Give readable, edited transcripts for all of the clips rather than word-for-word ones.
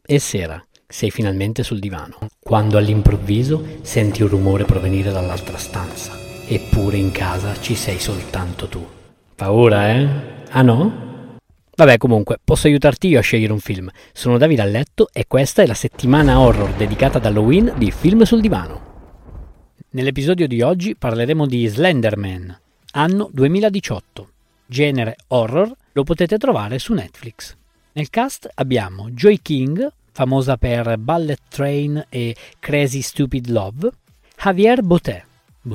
E sera, sei finalmente sul divano, quando all'improvviso senti un rumore provenire dall'altra stanza. Eppure in casa ci sei soltanto tu. Paura, eh? Ah no? Vabbè, comunque, posso aiutarti io a scegliere un film. Sono Davide a letto e questa è la settimana horror dedicata ad Halloween di Film sul divano. Nell'episodio di oggi parleremo di Slender Man, anno 2018. Genere horror, lo potete trovare su Netflix. Nel cast abbiamo Joey King, famosa per Bullet Train e Crazy Stupid Love, Javier Botet,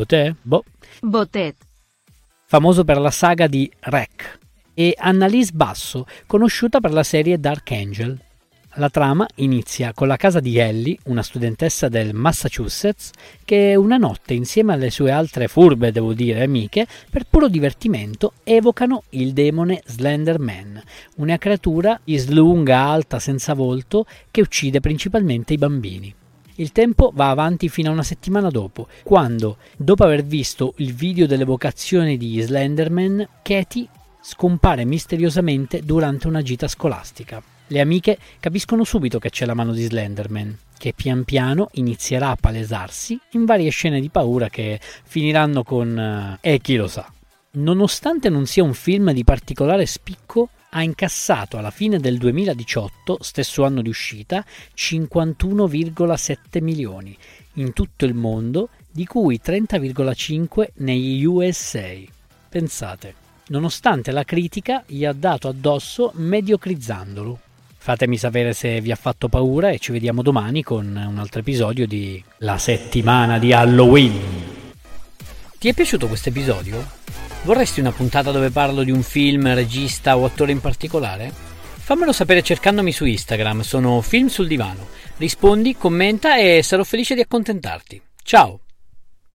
famoso per la saga di Rec, e Annalise Basso, conosciuta per la serie Dark Angel. La trama inizia con la casa di Ellie, una studentessa del Massachusetts, che una notte insieme alle sue altre furbe, devo dire, amiche, per puro divertimento evocano il demone Slender Man, una creatura islunga, alta, senza volto, che uccide principalmente i bambini. Il tempo va avanti fino a una settimana dopo, quando, dopo aver visto il video dell'evocazione di Slenderman, Katie scompare misteriosamente durante una gita scolastica. Le amiche capiscono subito che c'è la mano di Slenderman, che pian piano inizierà a palesarsi in varie scene di paura che finiranno con chi lo sa. Nonostante non sia un film di particolare spicco, ha incassato alla fine del 2018, stesso anno di uscita, 51,7 milioni in tutto il mondo, di cui 30,5 negli USA. Pensate, nonostante la critica gli ha dato addosso mediocrizzandolo. Fatemi sapere se vi ha fatto paura e ci vediamo domani con un altro episodio di La settimana di Halloween. Ti è piaciuto questo episodio? Vorresti una puntata dove parlo di un film, regista o attore in particolare? Fammelo sapere cercandomi su Instagram, sono Film sul Divano. Rispondi, commenta e sarò felice di accontentarti. Ciao!